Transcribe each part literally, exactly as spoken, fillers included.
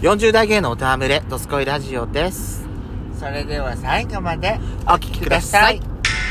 よんじゅう代芸能お戯れドスコイラジオです。 それでは最後までお聞きください。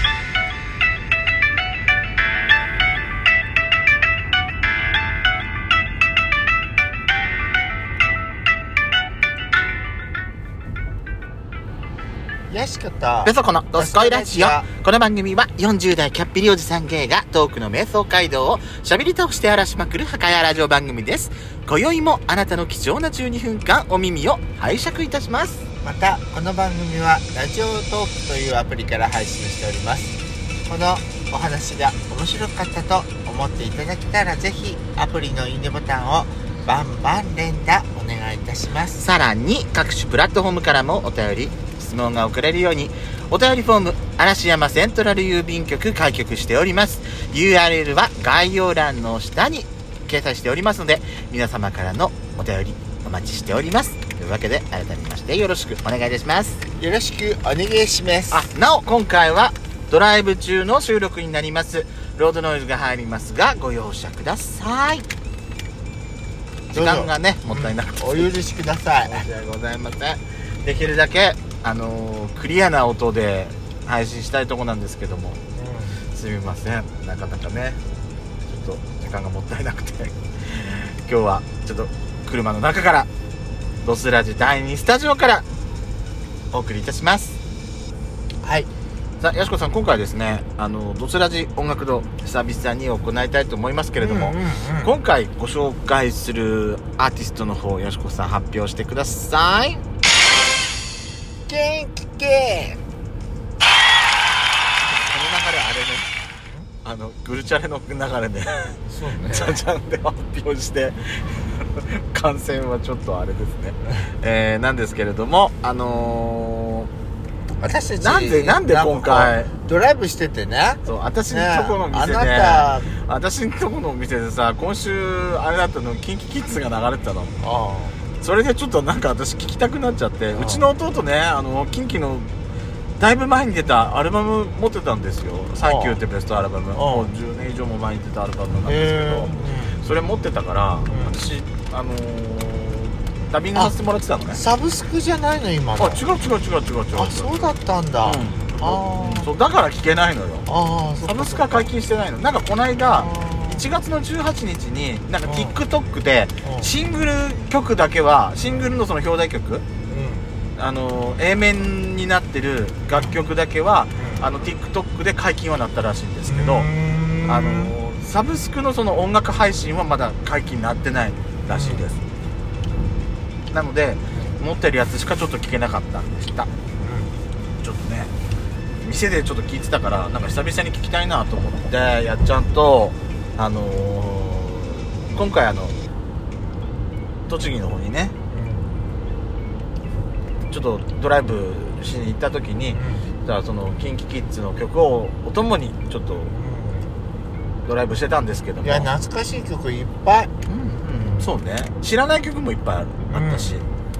よしことペソコのドスコイラジオ。この番組はよんじゅう代キャッピリおじさん芸がトークの瞑想街道を喋り倒して荒らしまくるはかやラジオ番組です。今宵もあなたの貴重なじゅうにふんかんお耳を拝借いたします。 またこの番組はラジオトークというアプリから配信しております。このお話が面白かったと思っていただけたら、ぜひアプリのいいねボタンをバンバン連打お願いいたします。 さらに各種プラットフォームからもお便り質問が送れるようにお便りフォーム嵐山セントラル郵便局開局しております。 ユーアールエル は概要欄の下に掲載しておりますので、皆様からのお便りお待ちしております。というわけで改めましてよろしくお願いいたします。 よろしくお願いします。 あ、なお今回はドライブ中の収録になります。ロードノイズが入りますがご容赦ください。時間がねもったいなくて、 うん、お許しください。 申し訳ございません。できるだけあのー、クリアな音で配信したいとこなんですけども、うん、すみません、なかなかねちょっと時間がもったいなくて今日はちょっと車の中からドスラジだいにスタジオからお送りいたします。 はい。 さあ、やしこさん、今回ですね、あのドスラジ音楽堂久々に行いたいと思いますけれども、うんうんうん、今回ご紹介するアーティストの方、やしこさん発表してください。 元気系。 この流れあれね、あのグルチャレの流れでそうねじゃじゃんで発表して観戦はちょっとあれですねえー、なんですけれども、あのー、私たちなんでなんで今回ドライブしててね、 そう私のとこの店で、ね、あなた私のとこのお店でさ、今週あれだったの、キンキキッズが流れてたの。ああ、それでちょっとなんか私聞きたくなっちゃって、うちの弟ね、あのキンキのだいぶ前に出たアルバム持ってたんですよ。サンキューってベストアルバム、もうじゅうねん以上も前に出たアルバムなんですけど、それ持ってたから、うん、私あのー、ダビングさせてもらってたのね。 サブスクじゃないの今の。 あ、違う違う違う違う違う。 あ、そうだったんだ、うん、 あそうだから聞けないのよ。 あ、 サブスクは解禁してないの。なんかこの間いちがつのじゅうはちにちになんか TikTok でシングル曲だけは、シングルのその表題曲、うん、あの A 面になってる楽曲だけは、うん、あの TikTok で解禁はなったらしいんですけど、あのサブスクのその音楽配信はまだ解禁になってないらしいです、うん、なので持ってるやつしかちょっと聞けなかったんでした、うん、ちょっとね店でちょっと聞いてたから、なんか久々に聞きたいなと思って、やっちゃんとあのー、今回あの栃木の方にね、うん、ちょっとドライブしに行った時に、うん、じゃあそのキンキキッズの曲をお供にちょっとドライブしてたんですけども、 いや懐かしい曲いっぱい、 うんうん、そうね、知らない曲もいっぱいある、うん、あったし、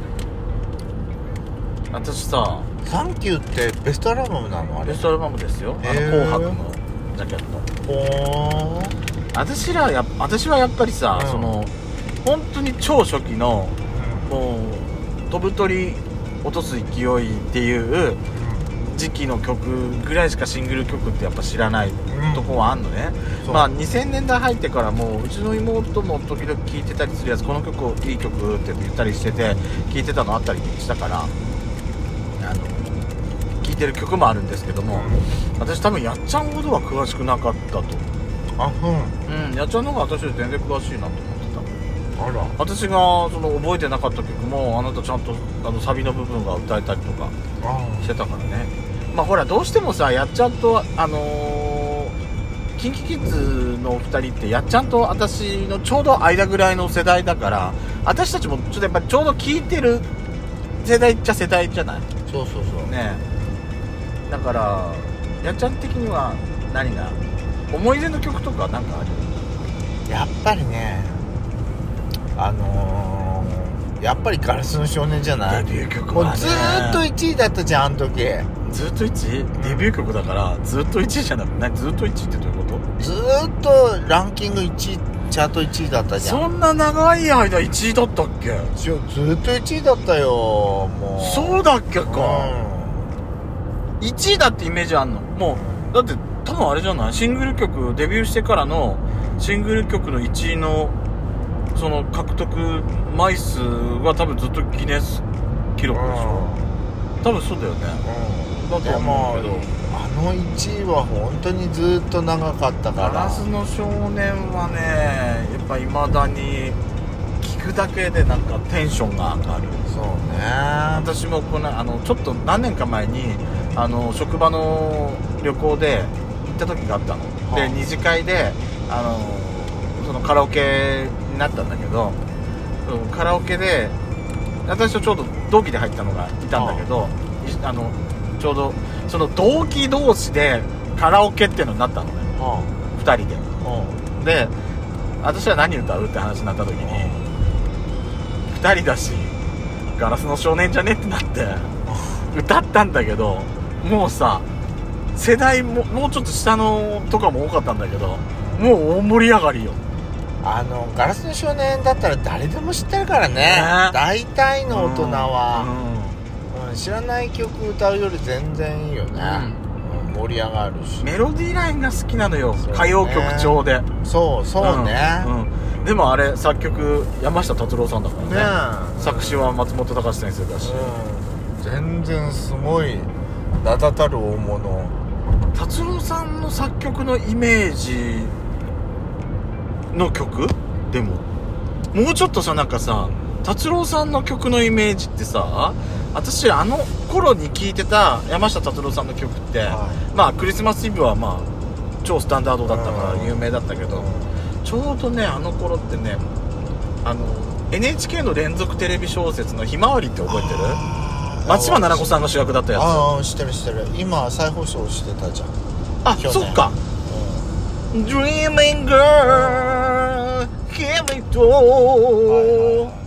私さサンキューってベストアルバムなの？あれベストアルバムですよ。あの紅白のジャケット。ほー。私らや私はやっぱりさ、うん、その本当に超初期の、うん、もう飛ぶ鳥落とす勢いっていう時期の曲ぐらいしかシングル曲ってやっぱ知らないとこはあんのね、うん、まあにせんねんだい入ってからもううちの妹も時々聴いてたりするやつ、この曲いい曲って言ったりしてて聴いてたのあったりしたから、あの聴いてる曲もあるんですけども、うん、私多分やっちゃんほどは詳しくなかったと。 あ、うん、 うん、やっちゃんの方が私より全然詳しいなと思ってた。 あら、 私がその覚えてなかった曲もあなたちゃんとあのサビの部分が歌えたりとかしてたからね。まあほらどうしてもさ、やっちゃんとあのー、キンキキッズのお二人ってやっちゃんと私のちょうど間ぐらいの世代だから、私たちもちょっとやっぱりちょうど聴いてる世代っちゃ世代じゃない。 そうそうそうね。だからやっちゃん的には何が思い出の曲とかなんかある？ やっぱりね、あのー、やっぱりガラスの少年じゃない？ デビュー曲はね、 もうずーっといちいだったじゃん、あの時。 ずっといちい？デビュー曲だからずっといちいじゃなくて、ずっといちいってどういうこと？ ずーっとランキングいちいチャートいちいだったじゃん。 そんな長い間いちいだったっけ？ ずっといちいだったよもう。 そうだっけか、 うん、 いちいだってイメージあんの。もうだって多分あれじゃない、シングル曲デビューしてからのシングル曲のいちいのその獲得枚数は多分ずっとギネス記録でしょ、うん、多分そうだよね、うん、だと思うけど、 あのいちいは本当にずっと長かったから。 ガラスの少年はねやっぱ未だに聞くだけでなんかテンションが上がる。 そうね。 私もこのあのちょっと何年か前にあの職場の旅行で行った時があったの、はあ、で二次会であのそのカラオケになったんだけど、カラオケで私とちょうど同期で入ったのがいたんだけど、はあ、あのちょうどその同期同士でカラオケっていうのになったのね、はあ、ふたりで、はあ、で私は何歌うって話になった時に、はあ、ふたりだしガラスの少年じゃねってなって歌ったんだけど、もうさ世代ももうちょっと下のとかも多かったんだけど、もう大盛り上がりよ。 あのガラスの少年だったら誰でも知ってるからね、ね、大体の大人は、うんうん、知らない曲歌うより全然いいよね、うん、盛り上がるし。 メロディーラインが好きなのよ、歌謡曲調で。 そうそうね、 うんうん、でもあれ作曲山下達郎さんだからね、ね、作詞は松本隆先生だし、 うん、全然すごい名だたる大物。 達郎さんの作曲のイメージの曲でももうちょっとさ、なんかさ達郎さんの曲のイメージってさ、私あの頃に聴いてた山下達郎さんの曲って、はい、まあクリスマスイブはまあ超スタンダードだったから有名だったけど、ちょうどねあの頃ってね、あの エヌエイチケー の連続テレビ小説のひまわりって覚えてる？松島菜々子さんが主役だったやつ。 ああ知ってる知ってる。今再放送してたじゃん。 あ、そっか、うん、Dreaming Girl Here we go、はいはい、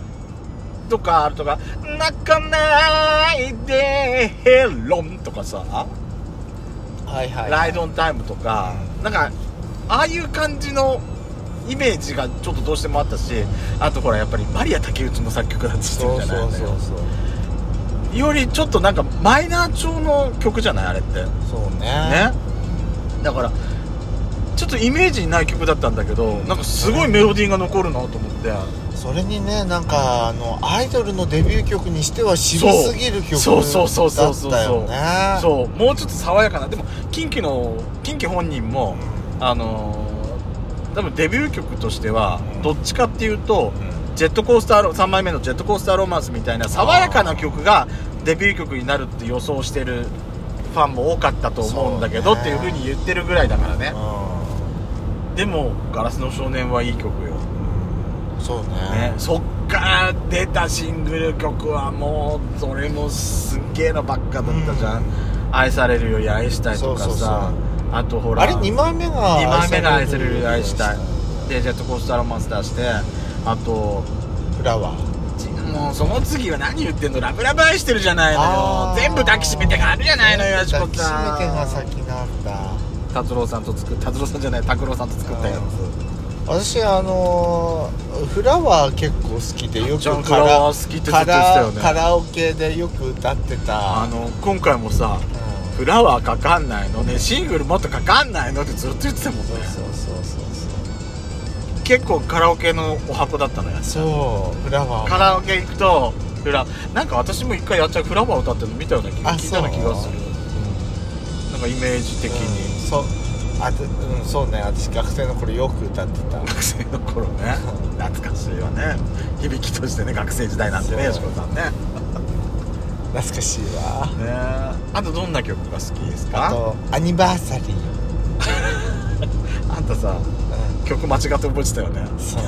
とかあるとか泣かないでヘロンとかさ、 はいはい、はい、 ライドオンタイムとか、うん、なんかああいう感じのイメージがちょっとどうしてもあったし、あとほらやっぱりマリア竹内の作曲だってしてるじゃない。そうそうそうそう、よりちょっとなんかマイナー調の曲じゃないあれって。 そうね。 ね。だからちょっとイメージにない曲だったんだけど、なんかすごいメロディーが残るなと思って。 それにね、なんかあのアイドルのデビュー曲にしては渋すぎる曲だったよね。 そうそうそうそうそうそう。そう、もうちょっと爽やかな。でもキンキのキンキ本人も、うん、あの多分デビュー曲としてはどっちかっていうと、うん、ジェットコースターさんまいめのジェットコースターロマンスみたいな爽やかな曲がデビュー曲になるって予想してるファンも多かったと思うんだけど、っていう風に言ってるぐらいだからね。でもガラスの少年はいい曲よ。 そうね, ねそっから出たシングル曲はもうそれもすっげえのばっかだったじゃん、うん、愛されるより愛したいとかさ。そうそうそう、あとほらあれにまいめがにまいめが愛されるより愛したいでジェットコースターロマンス出して、あとフラワー。 もうその次は何言ってんの、ラブラブ愛してるじゃないのよ。全部抱きしめてがあるじゃないのよ、あちこちさん。 抱きしめてが先なんだ。 達郎さんと作った達郎さんじゃない拓郎さんと作ったやつ。 私あのー、フラワー結構好きでよくカラ好きってずっと言ってたよね。 カラオケでよく歌ってた。 あの今回もさ、うん、フラワーかかんないのね、シングルもっとかかんないのってずっと言ってたもんね。 そうそうそうそうそう。 結構カラオケのお箱だったのよ。 そうフラワーカラオケ行くとフラなんか私も一回やっちゃうフラワー歌ってるの見たような気が聞いたような気がする、うん、なんかイメージ的に、 うん、そうあと、うん、そうね、私学生の頃よく歌ってた。 学生の頃ね懐かしいわね、響きとしてね、学生時代なんてね、よしこさんね懐かしいわね。あとどんな曲が好きですか？ あとアニバーサリーあんたさ、うん、曲間違って覚えてたよね。 そう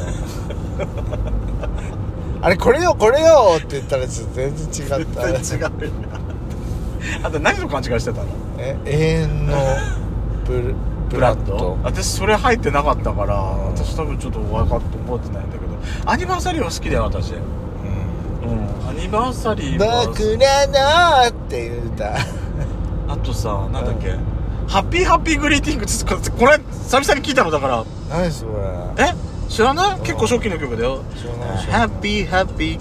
あれこれよこれよって言ったらちょっと全然違った。 全然違うよあんた何と勘違いしてたの？ え永遠のブルブラッド？私それ入ってなかったから、うん、私多分ちょっと分かって覚えてないんだけど、アニバーサリーは好きだよ私。うん、うん、アニバーサリーは僕らのっていう歌あとさ、なんだっけ、うん、ハッピーハッピーグリーティングってこれ久々に聞いたのだから。 何それ？ え知らない？結構初期の曲だよ。 知らない知らない。 Happy Happy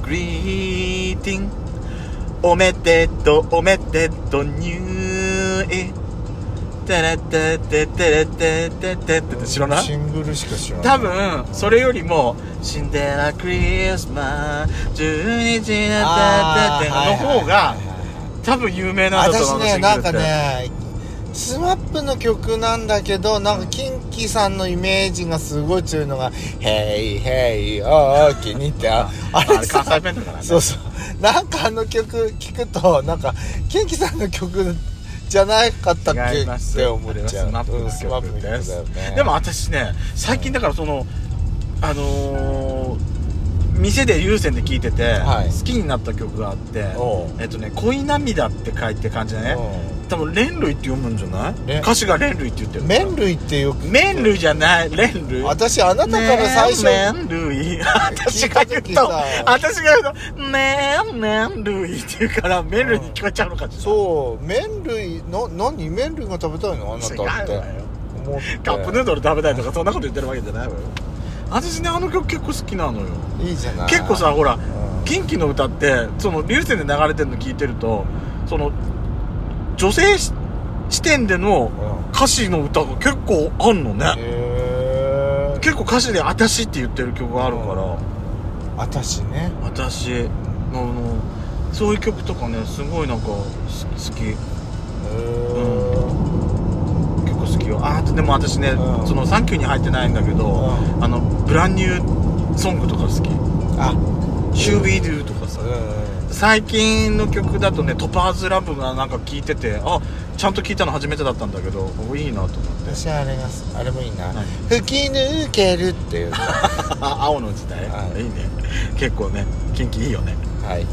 Greeting おめでとうおめでとうニューイテレテテテレテテテって知らない？ シングルしか知らない。 多分それよりもシンデレラクリスマスじゅうにちになっての方が多分有名なんだと思う。 私ねなんかねスマップの曲なんだけどなんかキンキさんのイメージがすごい強いのが「ヘイヘイおーきに」ってああれさ関西弁だからね。 そうそうなんかあの曲聞くとなんかキンキさんの曲じゃなかったっけって思っちゃう。 スマップのスマップの曲だよね。 でも私ね最近だからそのあのー店で有線で聴いてて、はい、好きになった曲があってえっとね恋涙って書いて感じだね。多分蓮類って読むんじゃない？歌詞が蓮類って言ってる。 麺類ってよく麺類じゃない蓮類。 私あなたから最初麺類私が言った私が言うと麺麺類って言うから麺類に聞こえちゃうのかしら。 そう麺類の何麺類が食べたいのあなたって思ってカップヌードル食べたいとかそんなこと言ってるわけじゃないわよ。私ねあの曲結構好きなのよ。 いいじゃない。 結構さほらキンキの歌ってその流線で流れてるの聞いてるとその女性視点での歌詞の歌が結構あんのね。へー。結構歌詞で「あたし」って言ってる曲があるから。 あたしね。 私ののそういう曲とかねすごいなんか好き。へー。うん好きよ。あとでも私ね、うん、そのサンキューに入ってないんだけど、うん、あのブランニューソングとか好き。あ、シュービードゥとかさ、うん、最近の曲だとねトパーズラブがなんか聴いててあちゃんと聴いたの初めてだったんだけどいいなと思って。 私あれがあれもいいな、はい、吹き抜けるっていう青の時代、はい、いいね結構ねキンキいいよね。 はい。